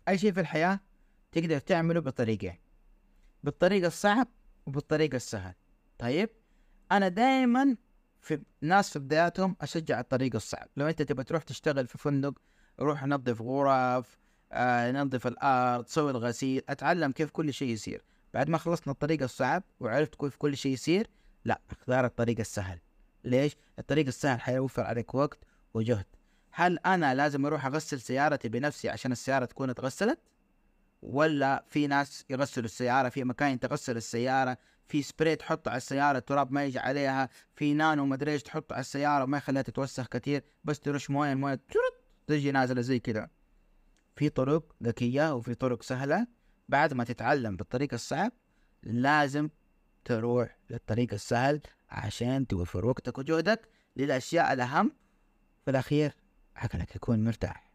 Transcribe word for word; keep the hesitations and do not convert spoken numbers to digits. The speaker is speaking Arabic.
أي شيء في الحياة تقدر تعمله بطريقين، بالطريقة الصعب وبالطريقة السهل. طيب أنا دائما في ناس في بداياتهم أشجع الطريقة الصعب. لو أنت تبغى تروح تشتغل في فندق، روح نظف غرف، آه نظف الأرض، سوي الغسيل، أتعلم كيف كل شيء يصير. بعد ما خلصنا الطريقة الصعب وعرفت كيف كل شيء يصير، لا اختار الطريقة السهل. ليش؟ الطريقة السهل حيوفر عليك وقت وجهد. هل أنا لازم أروح أغسل سيارتي بنفسي عشان السيارة تكون اتغسلت؟ ولا في ناس يغسلوا السيارة، في مكان تغسل السيارة، في سبراي تحطه على السيارة التراب ما يجي عليها، في نانو مدري ايش تحطه على السيارة وما يخليها تتوسخ كتير، بس ترش مويه المويه تجي نازلة زي كده. في طرق ذكية وفي طرق سهلة. بعد ما تتعلم بالطريقة الصعب لازم تروح للطريق السهل عشان توفر وقتك وجهدك للأشياء الأهم. في الأخير عقلك يكون مرتاح.